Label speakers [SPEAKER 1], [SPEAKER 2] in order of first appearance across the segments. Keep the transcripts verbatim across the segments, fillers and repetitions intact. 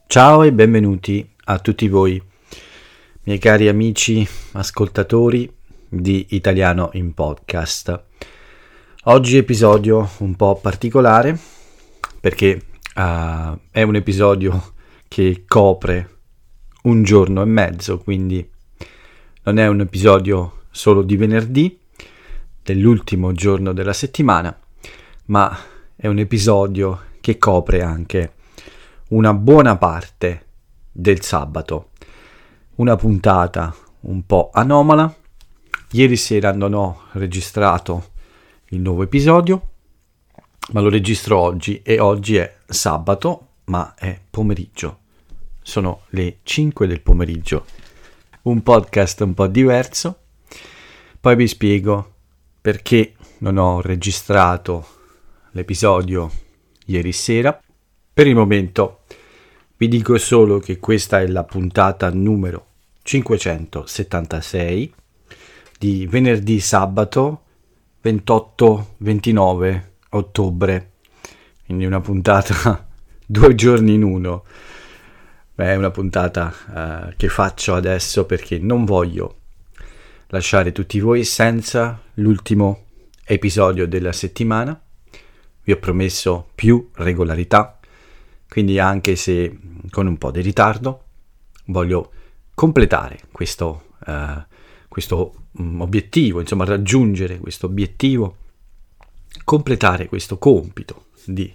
[SPEAKER 1] Ciao e benvenuti a tutti voi, miei cari amici ascoltatori di Italiano in Podcast. Oggi episodio un po' particolare perché uh, è un episodio che copre un giorno e mezzo, quindi non è un episodio solo di venerdì, dell'ultimo giorno della settimana, ma è un episodio che copre anche una buona parte del sabato, una puntata un po' anomala. Ieri sera non ho registrato il nuovo episodio, ma lo registro oggi e oggi è sabato, ma è pomeriggio. Sono le cinque del pomeriggio, un podcast un po' diverso. Poi vi spiego perché non ho registrato l'episodio ieri sera. Per il momento vi dico solo che questa è la puntata numero cinquecentosettantasei di venerdì sabato ventotto ventinove ottobre, quindi una puntata due giorni in uno. Beh, è una puntata uh, che faccio adesso perché non voglio lasciare tutti voi senza l'ultimo episodio della settimana. Vi ho promesso più regolarità, quindi anche se con un po' di ritardo voglio completare questo, uh, questo um, obiettivo, insomma raggiungere questo obiettivo, completare questo compito di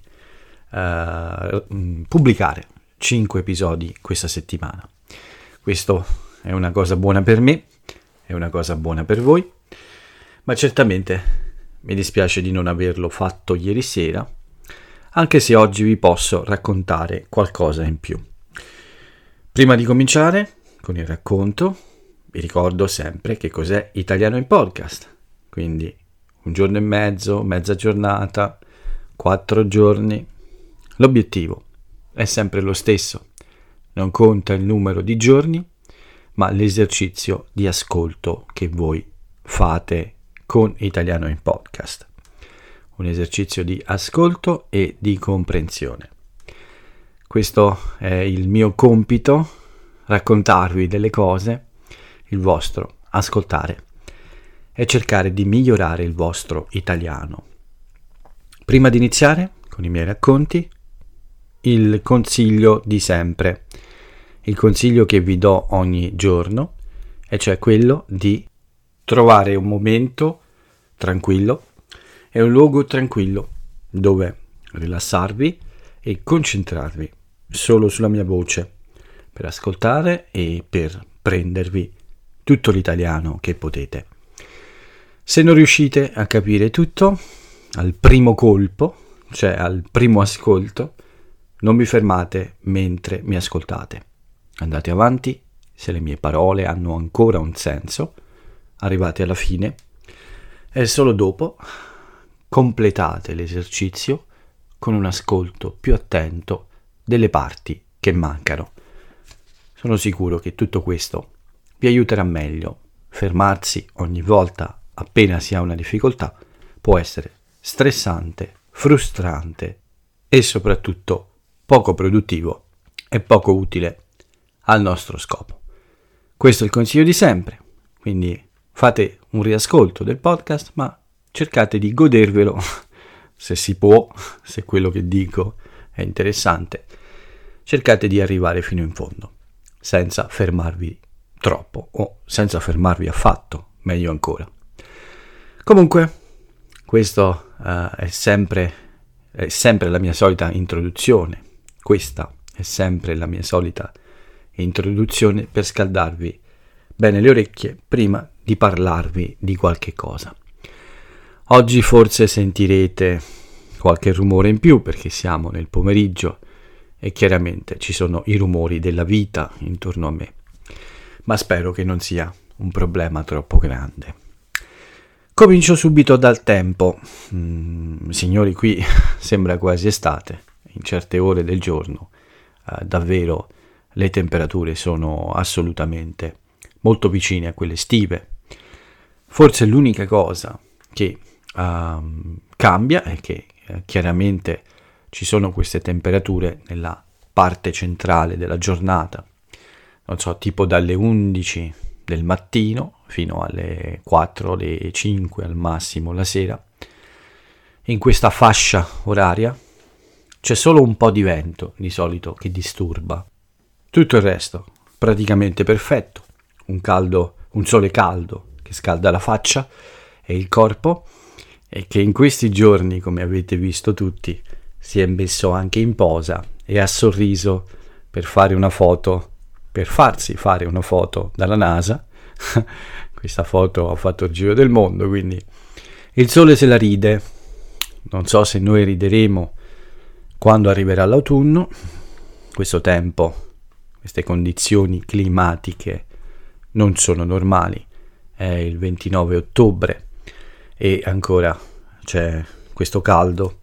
[SPEAKER 1] uh, um, pubblicare cinque episodi questa settimana. Questo è una cosa buona per me, è una cosa buona per voi, ma certamente mi dispiace di non averlo fatto ieri sera, anche se oggi vi posso raccontare qualcosa in più. Prima di cominciare con il racconto, vi ricordo sempre che cos'è Italiano in Podcast. Quindi un giorno e mezzo, mezza giornata, quattro giorni. L'obiettivo è sempre lo stesso. Non conta il numero di giorni, ma l'esercizio di ascolto che voi fate con Italiano in Podcast. Un esercizio di ascolto e di comprensione. Questo è il mio compito, raccontarvi delle cose, il vostro ascoltare e cercare di migliorare il vostro italiano. Prima di iniziare con i miei racconti, il consiglio di sempre, il consiglio che vi do ogni giorno, e cioè quello di trovare un momento tranquillo e un luogo tranquillo dove rilassarvi e concentrarvi solo sulla mia voce per ascoltare e per prendervi tutto l'italiano che potete. Se non riuscite a capire tutto al primo colpo, cioè al primo ascolto, non vi fermate mentre mi ascoltate. Andate avanti, se le mie parole hanno ancora un senso, arrivate alla fine e solo dopo completate l'esercizio con un ascolto più attento delle parti che mancano. Sono sicuro che tutto questo vi aiuterà meglio. Fermarsi ogni volta appena si ha una difficoltà può essere stressante, frustrante e soprattutto poco produttivo e poco utile al nostro scopo. Questo è il consiglio di sempre, quindi fate un riascolto del podcast, ma cercate di godervelo se si può, se quello che dico è interessante. Cercate di arrivare fino in fondo, senza fermarvi troppo o senza fermarvi affatto, meglio ancora. Comunque, questo uh, è sempre, è sempre la mia solita introduzione. Questa è sempre la mia solita introduzione per scaldarvi bene le orecchie prima di parlarvi di qualche cosa. Oggi forse sentirete qualche rumore in più perché siamo nel pomeriggio e chiaramente ci sono i rumori della vita intorno a me, ma spero che non sia un problema troppo grande. Comincio subito dal tempo. Mm, signori, qui sembra quasi estate, in certe ore del giorno eh, davvero le temperature sono assolutamente molto vicine a quelle estive. Forse l'unica cosa che uh, cambia è che uh, chiaramente ci sono queste temperature nella parte centrale della giornata, non so, tipo dalle undici del mattino fino alle quattro, le cinque al massimo la sera. In questa fascia oraria c'è solo un po' di vento di solito che disturba. Tutto il resto praticamente perfetto, un caldo, un sole caldo che scalda la faccia e il corpo, e che in questi giorni, come avete visto tutti, si è messo anche in posa e ha sorriso per fare una foto, per farsi fare una foto dalla NASA. Questa foto ha fatto il giro del mondo, quindi il sole se la ride. Non so se noi rideremo quando arriverà l'autunno. Questo tempo, queste condizioni climatiche non sono normali. È il ventinove ottobre e ancora c'è questo caldo.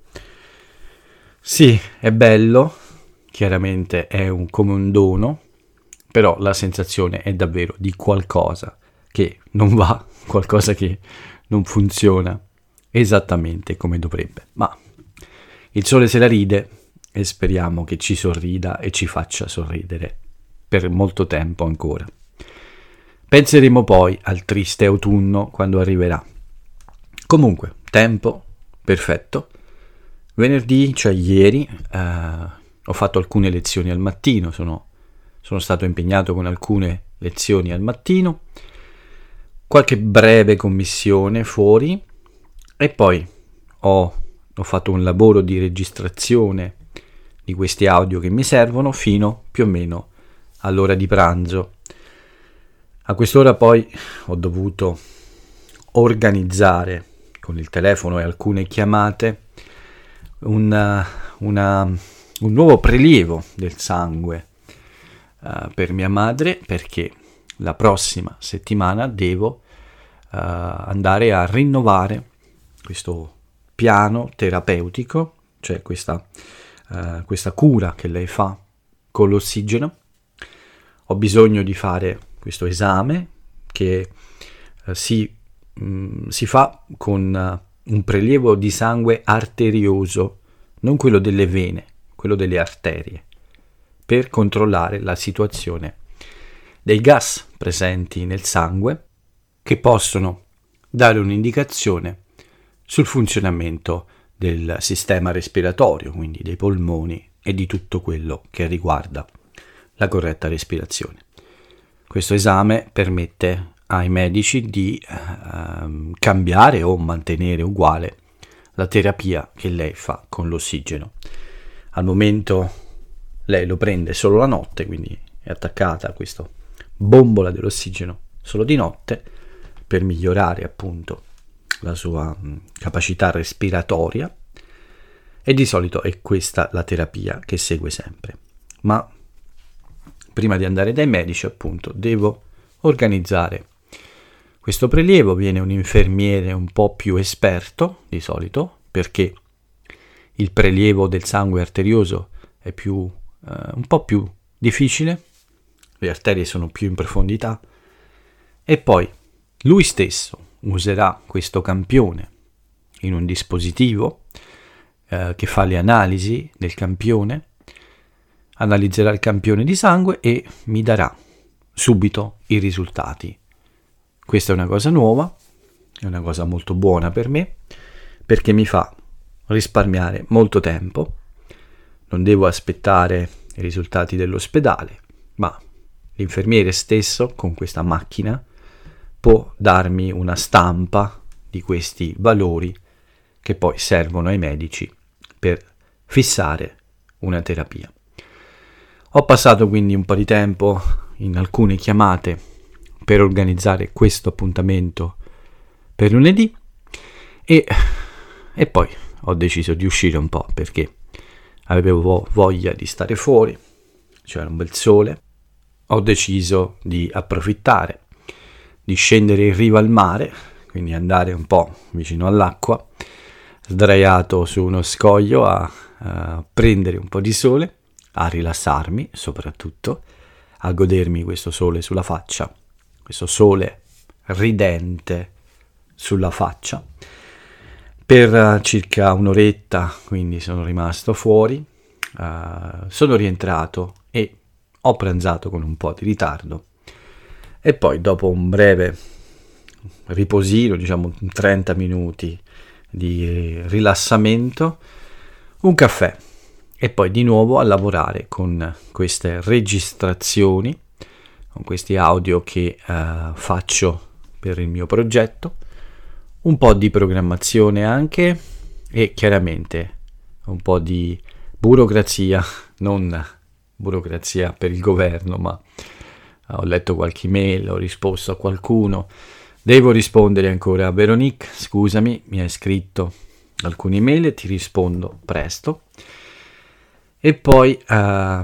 [SPEAKER 1] Sì, è bello, chiaramente è un, come un dono, però la sensazione è davvero di qualcosa che non va, qualcosa che non funziona esattamente come dovrebbe. Ma il sole se la ride e speriamo che ci sorrida e ci faccia sorridere per molto tempo ancora. Penseremo poi al triste autunno quando arriverà. Comunque, tempo perfetto. Venerdì, cioè ieri, eh, ho fatto alcune lezioni al mattino, sono, sono stato impegnato con alcune lezioni al mattino, qualche breve commissione fuori e poi ho, ho fatto un lavoro di registrazione di questi audio che mi servono fino più o meno all'ora di pranzo. A quest'ora poi ho dovuto organizzare con il telefono e alcune chiamate una, una, un nuovo prelievo del sangue uh, per mia madre, perché la prossima settimana devo uh, andare a rinnovare questo piano terapeutico, cioè questa, uh, questa cura che lei fa con l'ossigeno. Ho bisogno di fare questo esame che uh, si, um, si fa con uh, un prelievo di sangue arterioso, non quello delle vene, quello delle arterie, per controllare la situazione dei gas presenti nel sangue che possono dare un'indicazione sul funzionamento del sistema respiratorio, quindi dei polmoni e di tutto quello che riguarda la corretta respirazione. Questo esame permette ai medici di eh, cambiare o mantenere uguale la terapia che lei fa con l'ossigeno. Al momento lei lo prende solo la notte, quindi è attaccata a questa bombola dell'ossigeno solo di notte per migliorare appunto la sua mh, capacità respiratoria, e di solito è questa la terapia che segue sempre. Ma prima di andare dai medici, appunto, devo organizzare questo prelievo. Viene un infermiere un po' più esperto di solito, perché il prelievo del sangue arterioso è più eh, un po' più difficile, le arterie sono più in profondità, e poi lui stesso userà questo campione in un dispositivo eh, che fa le analisi del campione, analizzerà il campione di sangue e mi darà subito i risultati. Questa è una cosa nuova, è una cosa molto buona per me, perché mi fa risparmiare molto tempo. Non devo aspettare i risultati dell'ospedale, ma l'infermiere stesso con questa macchina può darmi una stampa di questi valori che poi servono ai medici per fissare una terapia. Ho passato quindi un po' di tempo in alcune chiamate per organizzare questo appuntamento per lunedì e, e poi ho deciso di uscire un po' perché avevo voglia di stare fuori, c'era un bel sole. Ho deciso di approfittare, di scendere in riva al mare, quindi andare un po' vicino all'acqua, sdraiato su uno scoglio a, a prendere un po' di sole, a rilassarmi soprattutto, a godermi questo sole sulla faccia, questo sole ridente sulla faccia. Per circa un'oretta quindi sono rimasto fuori, uh, sono rientrato e ho pranzato con un po' di ritardo e poi dopo un breve riposino, diciamo trenta minuti di rilassamento, un caffè e poi di nuovo a lavorare con queste registrazioni, con questi audio che uh, faccio per il mio progetto, un po' di programmazione anche e chiaramente un po' di burocrazia, non burocrazia per il governo, ma ho letto qualche email, ho risposto a qualcuno, devo rispondere ancora a Veronique, scusami, mi hai scritto alcune email e ti rispondo presto. E poi uh,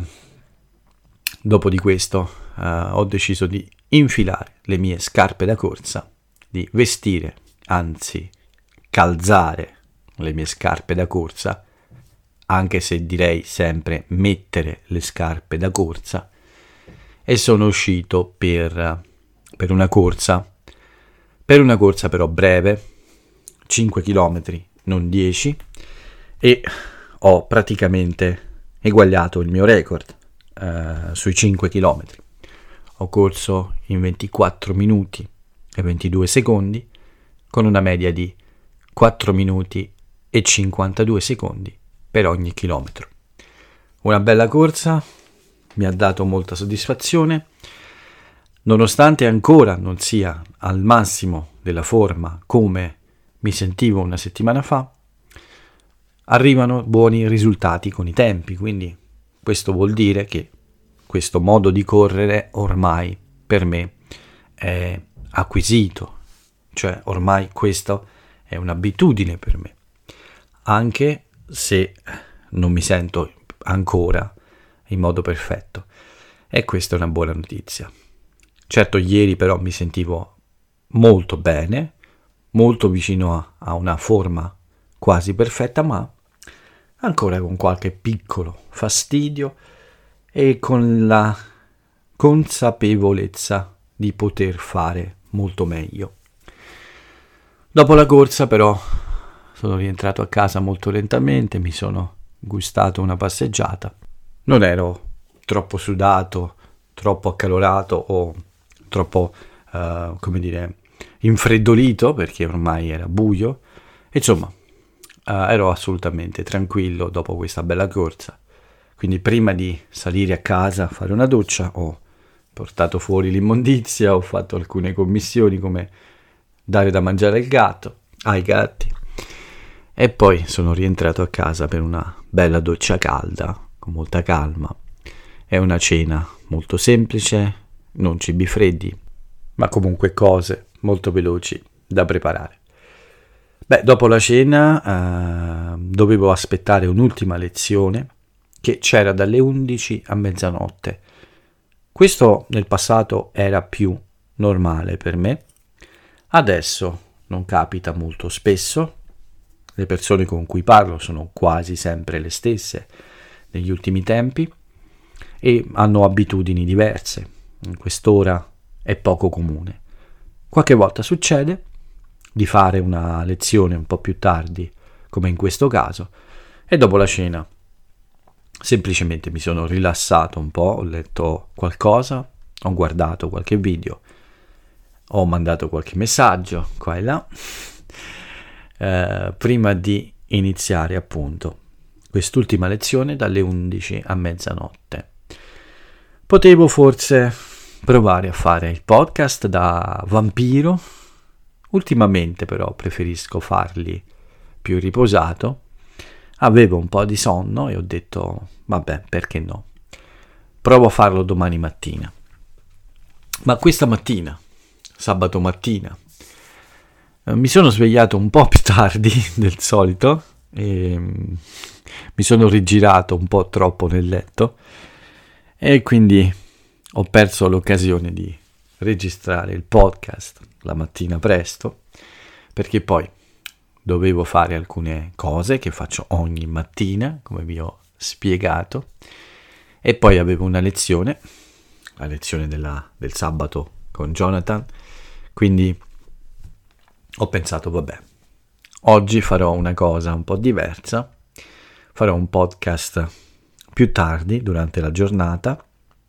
[SPEAKER 1] dopo di questo uh, ho deciso di infilare le mie scarpe da corsa, di vestire, anzi calzare le mie scarpe da corsa, anche se direi sempre mettere le scarpe da corsa, e sono uscito per, per una corsa, per una corsa però breve, cinque chilometri, non dieci, e ho praticamente eguagliato il mio record uh, sui cinque chilometri. Ho corso in ventiquattro minuti e ventidue secondi, con una media di quattro minuti e cinquantadue secondi per ogni chilometro. Una bella corsa, mi ha dato molta soddisfazione, nonostante ancora non sia al massimo della forma come mi sentivo una settimana fa. Arrivano buoni risultati con i tempi, quindi questo vuol dire che questo modo di correre ormai per me è acquisito, cioè ormai questa è un'abitudine per me, anche se non mi sento ancora in modo perfetto, e questa è una buona notizia. Certo, ieri però mi sentivo molto bene, molto vicino a, a una forma quasi perfetta, ma ancora con qualche piccolo fastidio e con la consapevolezza di poter fare molto meglio. Dopo la corsa però sono rientrato a casa molto lentamente, mi sono gustato una passeggiata. Non ero troppo sudato, troppo accalorato o troppo, uh, come dire, infreddolito, perché ormai era buio. Insomma, uh, ero assolutamente tranquillo dopo questa bella corsa. Quindi prima di salire a casa a fare una doccia ho portato fuori l'immondizia, ho fatto alcune commissioni come dare da mangiare al gatto, ai gatti, e poi sono rientrato a casa per una bella doccia calda, con molta calma, e una cena molto semplice, non cibi freddi, ma comunque cose molto veloci da preparare. Beh, dopo la cena eh, dovevo aspettare un'ultima lezione che c'era dalle undici a mezzanotte. Questo nel passato era più normale per me, adesso non capita molto spesso. Le persone con cui parlo sono quasi sempre le stesse negli ultimi tempi e hanno abitudini diverse. In quest'ora è poco comune. Qualche volta succede di fare una lezione un po' più tardi, come in questo caso, e dopo la cena semplicemente mi sono rilassato un po', ho letto qualcosa, ho guardato qualche video, ho mandato qualche messaggio qua e là, eh, prima di iniziare appunto quest'ultima lezione dalle undici a mezzanotte. Potevo forse provare a fare il podcast da vampiro, ultimamente però preferisco farli più riposato. Avevo un po' di sonno e ho detto vabbè, perché no, provo a farlo domani mattina. Ma questa mattina, sabato mattina, mi sono svegliato un po' più tardi del solito e mi sono rigirato un po' troppo nel letto e quindi ho perso l'occasione di registrare il podcast la mattina presto, perché poi dovevo fare alcune cose che faccio ogni mattina, come vi ho spiegato, e poi avevo una lezione, la lezione della, del sabato con Jonathan, quindi ho pensato vabbè, oggi farò una cosa un po' diversa, farò un podcast più tardi durante la giornata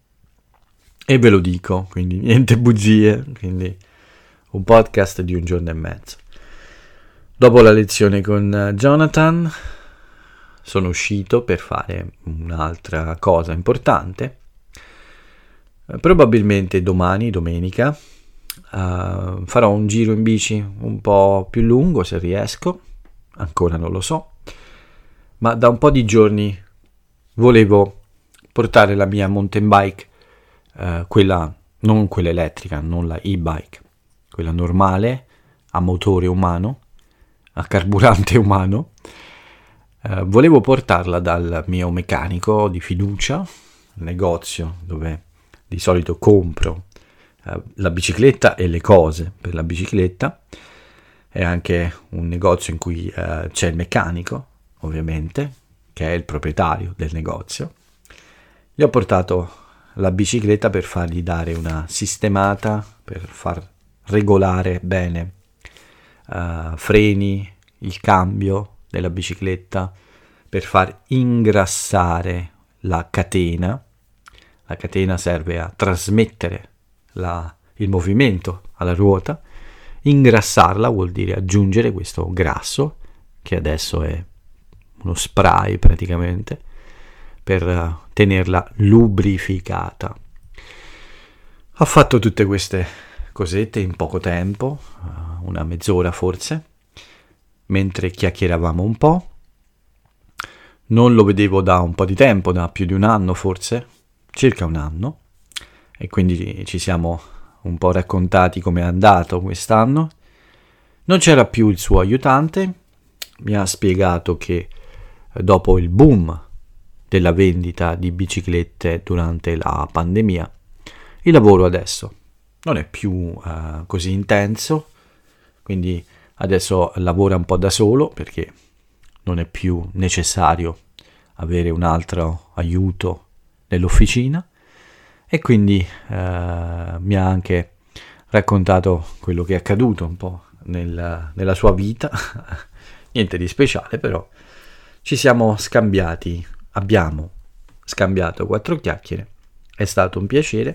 [SPEAKER 1] e ve lo dico, quindi niente bugie, quindi un podcast di un giorno e mezzo. Dopo la lezione con Jonathan sono uscito per fare un'altra cosa importante. Probabilmente domani, domenica, uh, farò un giro in bici un po' più lungo se riesco, ancora non lo so, ma da un po' di giorni volevo portare la mia mountain bike, uh, quella non quella elettrica, non la e-bike, quella normale, a motore umano, a carburante umano. Uh, volevo portarla dal mio meccanico di fiducia, il negozio dove di solito compro uh, la bicicletta e le cose per la bicicletta. È anche un negozio in cui uh, c'è il meccanico, ovviamente, che è il proprietario del negozio. Gli ho portato la bicicletta per fargli dare una sistemata, per far regolare bene uh, freni, il cambio della bicicletta, per far ingrassare la catena. La catena serve a trasmettere la, il movimento alla ruota. Ingrassarla vuol dire aggiungere questo grasso, che adesso è uno spray praticamente, per tenerla lubrificata. Ho fatto tutte queste cosette in poco tempo, una mezz'ora forse, mentre chiacchieravamo un po'. Non lo vedevo da un po' di tempo, da più di un anno forse, circa un anno, e quindi ci siamo un po' raccontati come è andato quest'anno. Non c'era più il suo aiutante, mi ha spiegato che dopo il boom della vendita di biciclette durante la pandemia, il lavoro adesso non è più uh, così intenso, quindi adesso lavora un po' da solo perché non è più necessario avere un altro aiuto nell'officina, e quindi eh, mi ha anche raccontato quello che è accaduto un po' nel, nella sua vita. Niente di speciale, però ci siamo scambiati, abbiamo scambiato quattro chiacchiere, è stato un piacere,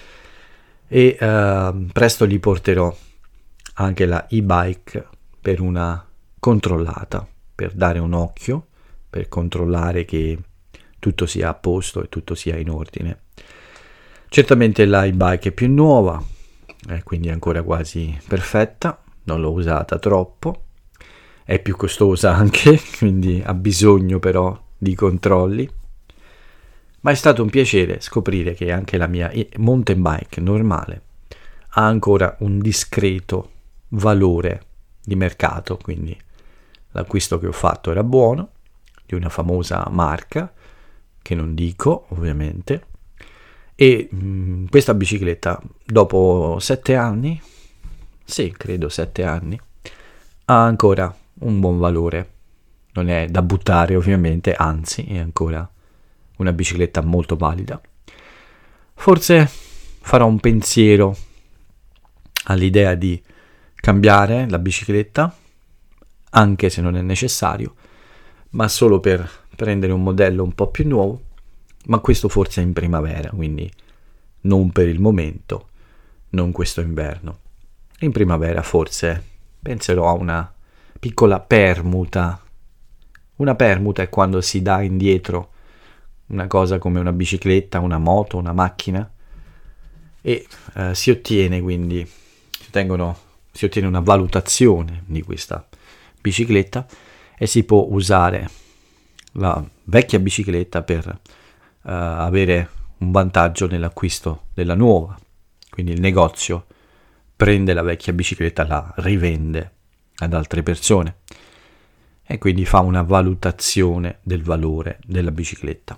[SPEAKER 1] e eh, presto gli porterò anche la e-bike per una controllata, per dare un occhio, per controllare che tutto sia a posto e tutto sia in ordine. Certamente la e-bike è più nuova, eh, quindi è ancora quasi perfetta, non l'ho usata troppo, è più costosa anche, quindi ha bisogno però di controlli, ma è stato un piacere scoprire che anche la mia mountain bike normale ha ancora un discreto valore di mercato, quindi l'acquisto che ho fatto era buono, di una famosa marca, che non dico ovviamente, e mh, questa bicicletta dopo sette anni, sì, credo sette anni, ha ancora un buon valore. Non è da buttare ovviamente, anzi è ancora una bicicletta molto valida. Forse farò un pensiero all'idea di cambiare la bicicletta, anche se non è necessario, ma solo per prendere un modello un po' più nuovo, ma questo forse in primavera, quindi non per il momento, non questo inverno. In primavera forse penserò a una piccola permuta. Una permuta è quando si dà indietro una cosa come una bicicletta, una moto, una macchina, e eh, si ottiene quindi, si, tengono, si ottiene una valutazione di questa bicicletta e si può usare la vecchia bicicletta per uh, avere un vantaggio nell'acquisto della nuova. Quindi il negozio prende la vecchia bicicletta, la rivende ad altre persone e quindi fa una valutazione del valore della bicicletta.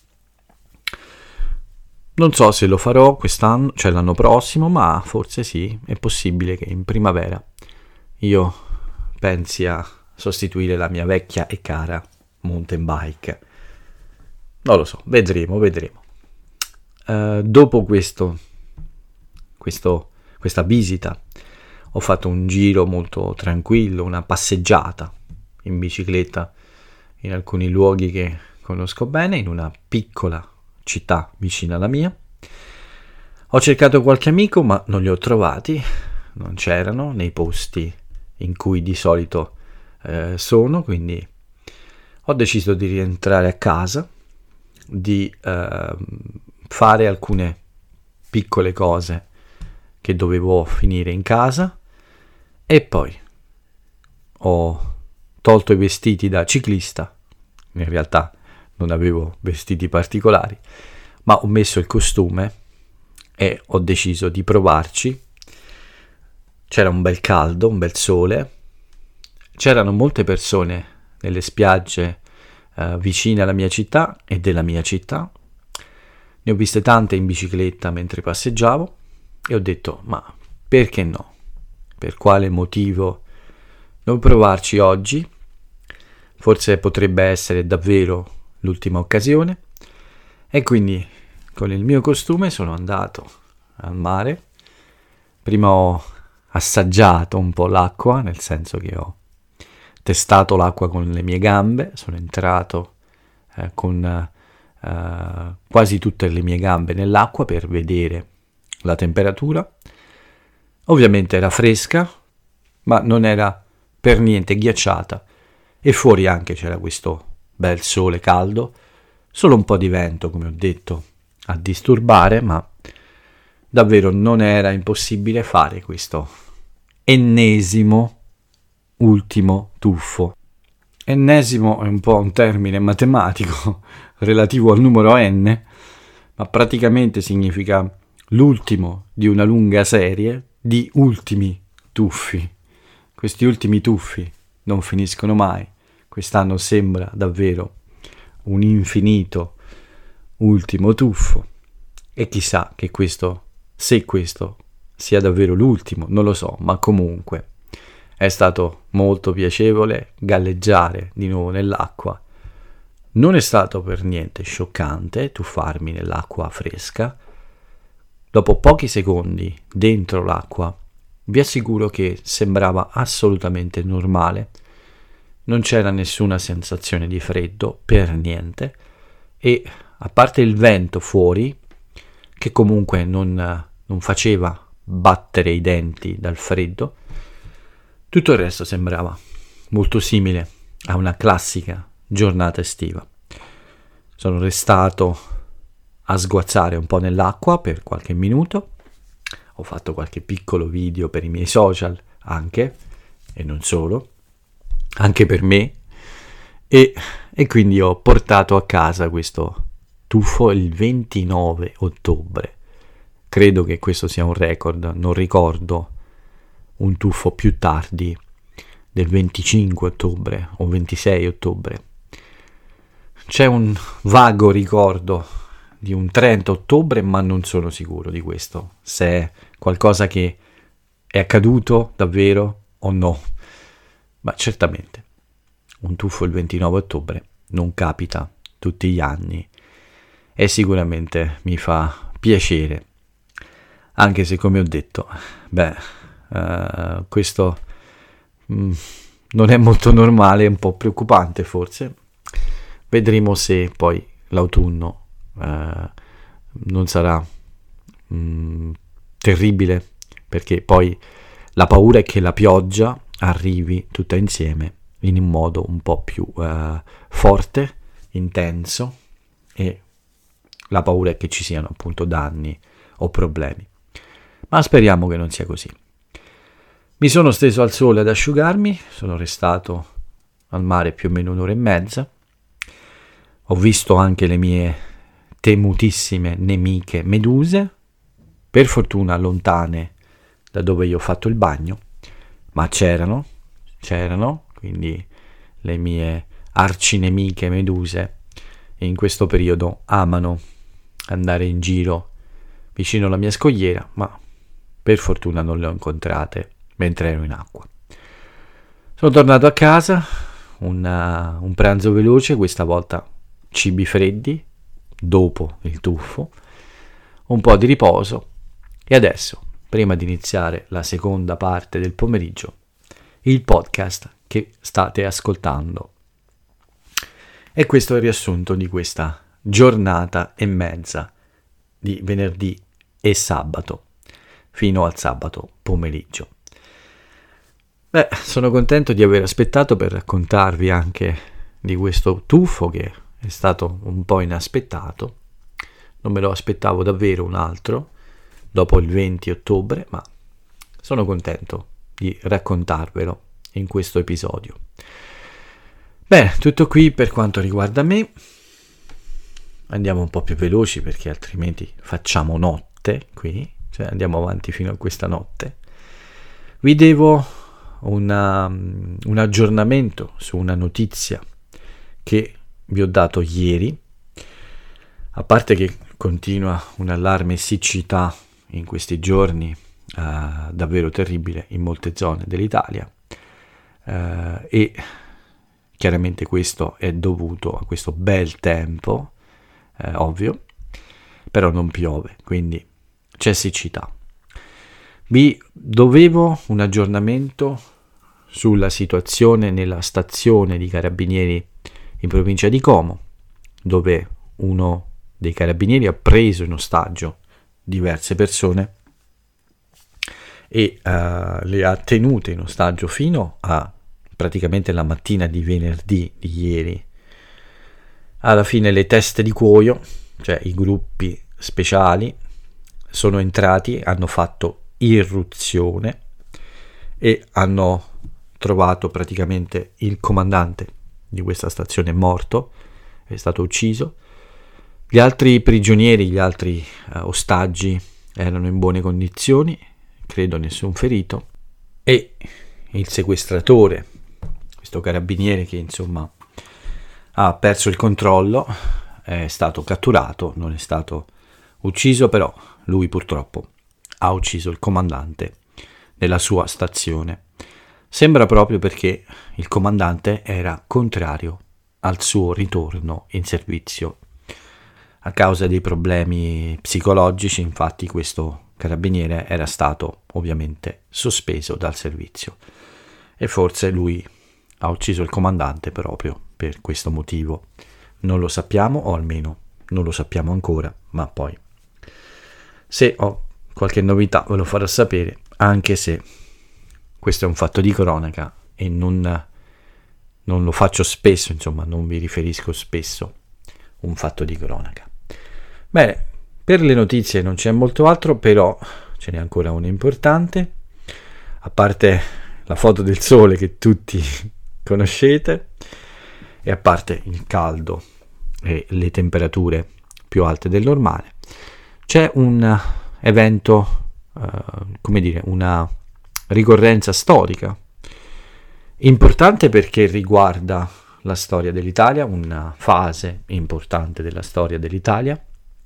[SPEAKER 1] Non so se lo farò quest'anno, cioè l'anno prossimo, ma forse sì, è possibile che in primavera io pensi a sostituire la mia vecchia e cara mountain bike. Non lo so, vedremo, vedremo. Uh, dopo questo, questo, questa visita ho fatto un giro molto tranquillo, una passeggiata in bicicletta in alcuni luoghi che conosco bene, in una piccola città vicina alla mia. Ho cercato qualche amico, ma non li ho trovati, non c'erano nei posti in cui di solito eh, sono, quindi ho deciso di rientrare a casa, di eh, fare alcune piccole cose che dovevo finire in casa e poi ho tolto i vestiti da ciclista. In realtà non avevo vestiti particolari, ma ho messo il costume e ho deciso di provarci. C'era un bel caldo, un bel sole, c'erano molte persone nelle spiagge eh, vicine alla mia città e della mia città. Ne ho viste tante in bicicletta mentre passeggiavo e ho detto, ma perché no? Per quale motivo non provarci oggi? Forse potrebbe essere davvero l'ultima occasione. E quindi con il mio costume sono andato al mare. Prima ho assaggiato un po' l'acqua, nel senso che ho testato l'acqua con le mie gambe, sono entrato eh, con eh, quasi tutte le mie gambe nell'acqua per vedere la temperatura. Ovviamente era fresca, ma non era per niente ghiacciata e fuori anche c'era questo bel sole caldo, solo un po' di vento, come ho detto, a disturbare, ma davvero non era impossibile fare questo ennesimo ultimo tuffo. Ennesimo è un po' un termine matematico relativo al numero n, ma praticamente significa l'ultimo di una lunga serie di ultimi tuffi. Questi ultimi tuffi non finiscono mai. Quest'anno sembra davvero un infinito ultimo tuffo e chissà che questo, se questo sia davvero l'ultimo, non lo so, ma comunque è stato molto piacevole galleggiare di nuovo nell'acqua. Non è stato per niente scioccante tuffarmi nell'acqua fresca. Dopo pochi secondi dentro l'acqua vi assicuro che sembrava assolutamente normale. Non c'era nessuna sensazione di freddo, per niente, e a parte il vento fuori, che comunque non, non faceva battere i denti dal freddo, tutto il resto sembrava molto simile a una classica giornata estiva. Sono restato a sguazzare un po' nell'acqua per qualche minuto, ho fatto qualche piccolo video per i miei social anche, e non solo, anche per me, e, e quindi ho portato a casa questo tuffo il ventinove ottobre. Credo che questo sia un record, non ricordo un tuffo più tardi del venticinque ottobre o ventisei ottobre. C'è un vago ricordo di un trenta ottobre, ma non sono sicuro di questo, se è qualcosa che è accaduto davvero o no. Ma certamente un tuffo il ventinove ottobre non capita tutti gli anni e sicuramente mi fa piacere, anche se, come ho detto, beh, uh, questo mh, non è molto normale, è un po' preoccupante forse. Vedremo se poi l'autunno uh, non sarà mh, terribile, perché poi la paura è che la pioggia arrivi tutta insieme in un modo un po' più uh, forte, intenso, e la paura è che ci siano appunto danni o problemi. Ma speriamo che non sia così. Mi sono steso al sole ad asciugarmi, sono restato al mare più o meno un'ora e mezza, ho visto anche le mie temutissime nemiche meduse, per fortuna lontane da dove io ho fatto il bagno, ma c'erano, c'erano, quindi le mie arcinemiche meduse in questo periodo amano andare in giro vicino alla mia scogliera, ma per fortuna non le ho incontrate mentre ero in acqua. Sono tornato a casa, una, un pranzo veloce, questa volta cibi freddi, dopo il tuffo, un po' di riposo e adesso, prima di iniziare la seconda parte del pomeriggio, il podcast che state ascoltando. E questo è il riassunto di questa giornata e mezza di venerdì e sabato, fino al sabato pomeriggio. Beh, sono contento di aver aspettato per raccontarvi anche di questo tuffo che è stato un po' inaspettato. Non me lo aspettavo davvero un altro dopo il venti ottobre, ma sono contento di raccontarvelo in questo episodio. Bene, tutto qui per quanto riguarda me. Andiamo un po' più veloci perché altrimenti facciamo notte qui, cioè andiamo avanti fino a questa notte. Vi devo una, un aggiornamento su una notizia che vi ho dato ieri. A parte che continua un allarme siccità in questi giorni uh, davvero terribile in molte zone dell'Italia uh, e chiaramente questo è dovuto a questo bel tempo, eh, ovvio, però non piove, quindi c'è siccità. Vi dovevo un aggiornamento sulla situazione nella stazione di carabinieri in provincia di Como, dove uno dei carabinieri ha preso in ostaggio diverse persone e uh, le ha tenute in ostaggio fino a praticamente la mattina di venerdì di ieri. Alla fine le teste di cuoio, cioè i gruppi speciali, sono entrati, hanno fatto irruzione e hanno trovato praticamente il comandante di questa stazione morto, è stato ucciso. Gli altri prigionieri, gli altri uh, ostaggi erano in buone condizioni, credo nessun ferito, e il sequestratore, questo carabiniere che insomma ha perso il controllo, è stato catturato, non è stato ucciso, però lui purtroppo ha ucciso il comandante nella sua stazione. Sembra proprio perché il comandante era contrario al suo ritorno in servizio. A causa dei problemi psicologici, infatti, questo carabiniere era stato ovviamente sospeso dal servizio e forse lui ha ucciso il comandante proprio per questo motivo. Non lo sappiamo, o almeno non lo sappiamo ancora, ma poi se ho qualche novità ve lo farò sapere, anche se questo è un fatto di cronaca e non, non lo faccio spesso, insomma non vi riferisco spesso un fatto di cronaca. Bene, per le notizie non c'è molto altro, però ce n'è ancora una importante, a parte la foto del sole che tutti conoscete e a parte il caldo e le temperature più alte del normale, c'è un evento, uh, come dire, una ricorrenza storica importante perché riguarda la storia dell'Italia, una fase importante della storia dell'Italia,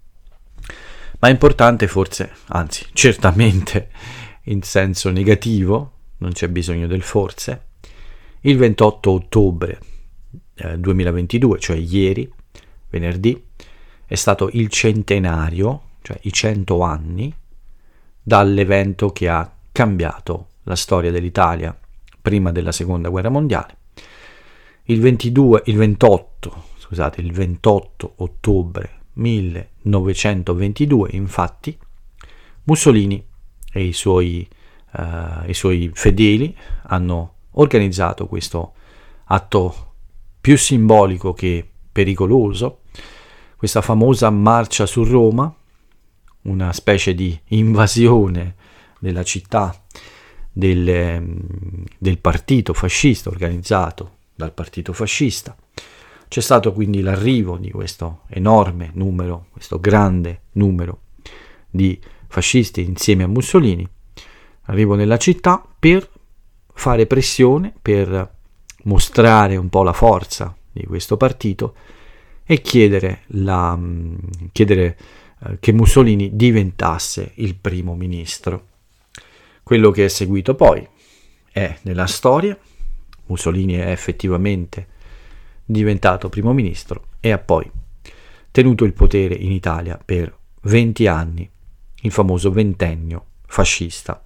[SPEAKER 1] ma importante forse, anzi certamente in senso negativo, non c'è bisogno del forse. Il ventotto ottobre eh, duemilaventidue, cioè ieri, venerdì, è stato il centenario, cioè i cento anni, dall'evento che ha cambiato la storia dell'Italia prima della seconda guerra mondiale. Il ventidue, il ventotto, scusate, il ventotto ottobre millenovecentoventidue, infatti, Mussolini e i suoi, uh, i suoi fedeli hanno organizzato questo atto più simbolico che pericoloso, questa famosa marcia su Roma, una specie di invasione della città del, del partito fascista, organizzato dal partito fascista. C'è stato quindi l'arrivo di questo enorme numero, questo grande numero di fascisti insieme a Mussolini, arrivo nella città per fare pressione, per mostrare un po' la forza di questo partito e chiedere, la, chiedere eh, che Mussolini diventasse il primo ministro. Quello che è seguito poi è nella storia. Mussolini è effettivamente diventato primo ministro e ha poi tenuto il potere in Italia per venti anni, il famoso ventennio fascista.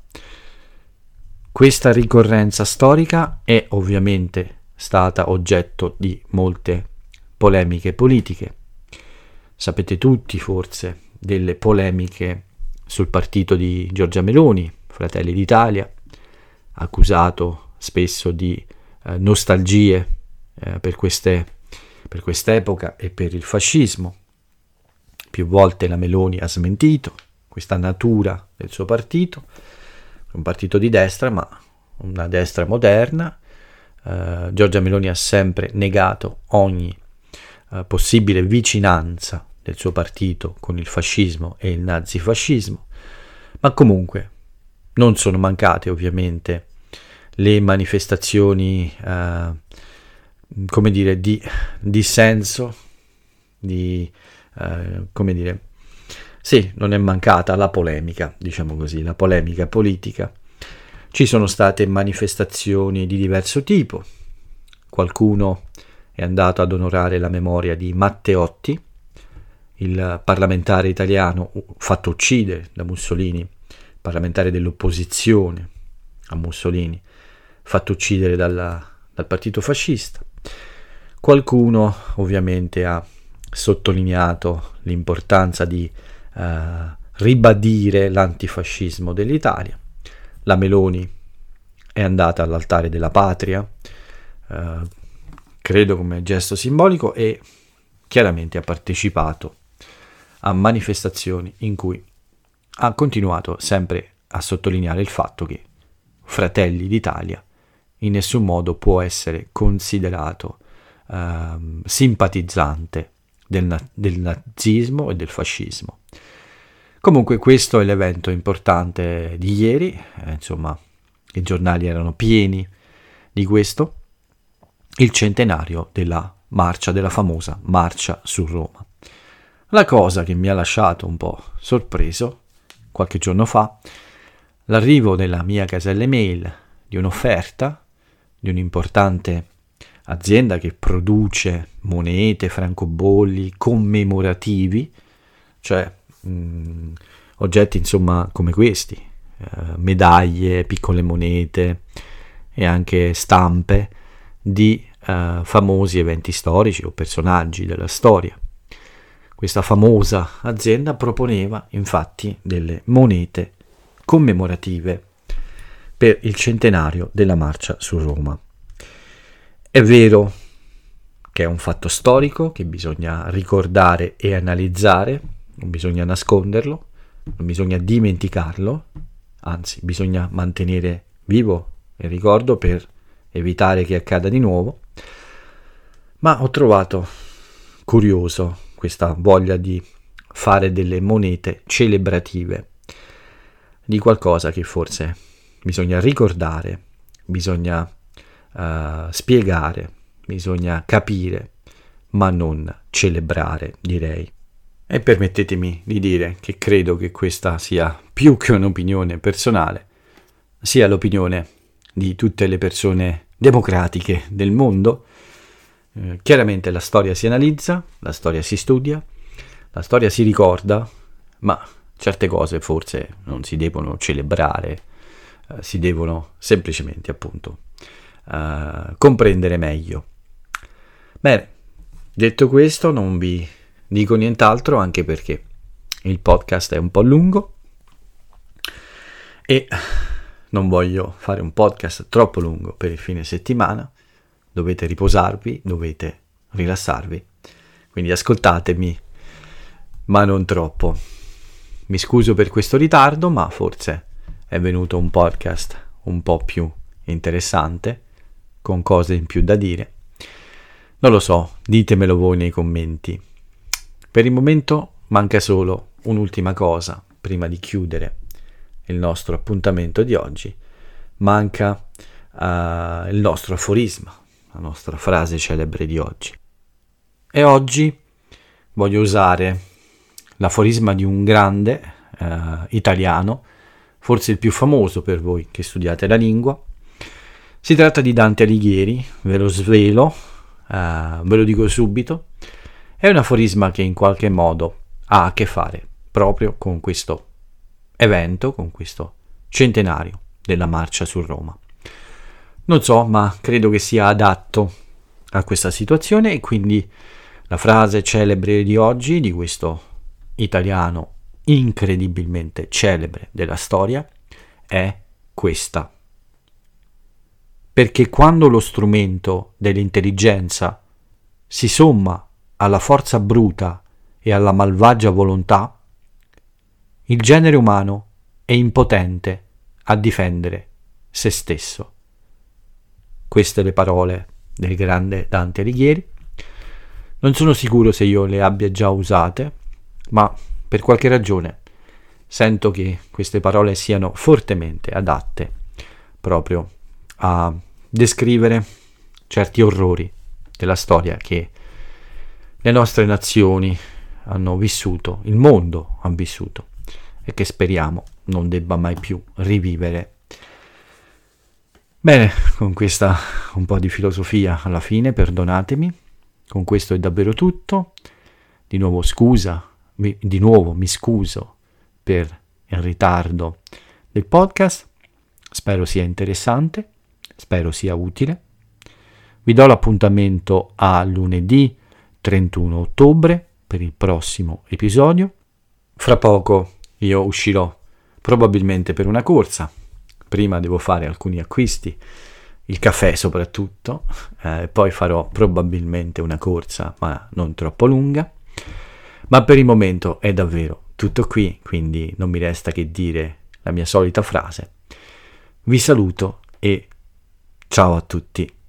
[SPEAKER 1] Questa ricorrenza storica è ovviamente stata oggetto di molte polemiche politiche. Sapete tutti forse delle polemiche sul partito di Giorgia Meloni, Fratelli d'Italia, accusato spesso di eh, nostalgie eh, per, queste, per quest'epoca e per il fascismo. Più volte la Meloni ha smentito questa natura del suo partito, un partito di destra, ma una destra moderna. Uh, Giorgia Meloni ha sempre negato ogni uh, possibile vicinanza del suo partito con il fascismo e il nazifascismo, ma comunque non sono mancate ovviamente le manifestazioni uh, come dire di dissenso, di uh, come dire sì, non è mancata la polemica, diciamo così, la polemica politica. Ci sono state manifestazioni di diverso tipo. Qualcuno è andato ad onorare la memoria di Matteotti, il parlamentare italiano fatto uccidere da Mussolini, parlamentare dell'opposizione a Mussolini, fatto uccidere dalla, dal partito fascista. Qualcuno ovviamente ha sottolineato l'importanza di eh, ribadire l'antifascismo dell'Italia. La Meloni è andata all'altare della patria, eh, credo come gesto simbolico, e chiaramente ha partecipato a manifestazioni in cui ha continuato sempre a sottolineare il fatto che Fratelli d'Italia in nessun modo può essere considerato eh, simpatizzante del, na- del nazismo e del fascismo. Comunque questo è l'evento importante di ieri, eh, insomma i giornali erano pieni di questo, il centenario della marcia, della famosa marcia su Roma. La cosa che mi ha lasciato un po' sorpreso qualche giorno fa, l'arrivo nella mia casella email di un'offerta di un'importante azienda che produce monete, francobolli commemorativi, cioè mh, oggetti insomma come questi, eh, medaglie, piccole monete e anche stampe di eh, famosi eventi storici o personaggi della storia. Questa famosa azienda proponeva infatti delle monete commemorative per il centenario della marcia su Roma. È vero che è un fatto storico che bisogna ricordare e analizzare, non bisogna nasconderlo, non bisogna dimenticarlo, anzi bisogna mantenere vivo il ricordo per evitare che accada di nuovo, ma ho trovato curioso questa voglia di fare delle monete celebrative di qualcosa che forse bisogna ricordare, bisogna uh, spiegare, bisogna capire, ma non celebrare, direi. E permettetemi di dire che credo che questa sia più che un'opinione personale, sia l'opinione di tutte le persone democratiche del mondo. Eh, chiaramente la storia si analizza, la storia si studia, la storia si ricorda, ma certe cose forse non si devono celebrare, eh, si devono semplicemente appunto eh, comprendere meglio. Bene, detto questo non vi dico nient'altro, anche perché il podcast è un po' lungo e non voglio fare un podcast troppo lungo per il fine settimana. Dovete riposarvi, dovete rilassarvi, quindi ascoltatemi, ma non troppo. Mi scuso per questo ritardo, ma forse è venuto un podcast un po' più interessante, con cose in più da dire. Non lo so, ditemelo voi nei commenti. Per il momento manca solo un'ultima cosa prima di chiudere il nostro appuntamento di oggi. Manca uh, il nostro aforisma, la nostra frase celebre di oggi. E oggi voglio usare l'aforisma di un grande uh, italiano, forse il più famoso per voi che studiate la lingua. Si tratta di Dante Alighieri, ve lo svelo, uh, ve lo dico subito. È un aforisma che in qualche modo ha a che fare proprio con questo evento, con questo centenario della marcia su Roma. Non so, ma credo che sia adatto a questa situazione e quindi La frase celebre di oggi, di questo italiano incredibilmente celebre della storia, è questa. Perché quando lo strumento dell'intelligenza si somma alla forza bruta e alla malvagia volontà, il genere umano è impotente a difendere se stesso. Queste le parole del grande Dante Alighieri. Non sono sicuro se io le abbia già usate, ma per qualche ragione sento che queste parole siano fortemente adatte proprio a descrivere certi orrori della storia che le nostre nazioni hanno vissuto, il mondo ha vissuto e che speriamo non debba mai più rivivere. Bene, con questa un po' di filosofia alla fine, perdonatemi, con questo è davvero tutto. Di nuovo scusa, mi, di nuovo mi scuso per il ritardo del podcast, spero sia interessante, spero sia utile. Vi do l'appuntamento a lunedì trentuno ottobre per il prossimo episodio. Fra poco io uscirò probabilmente per una corsa. Prima devo fare alcuni acquisti, il caffè soprattutto, eh, poi farò probabilmente una corsa, ma non troppo lunga. Ma per il momento è davvero tutto qui, quindi non mi resta che dire la mia solita frase. Vi saluto e ciao a tutti.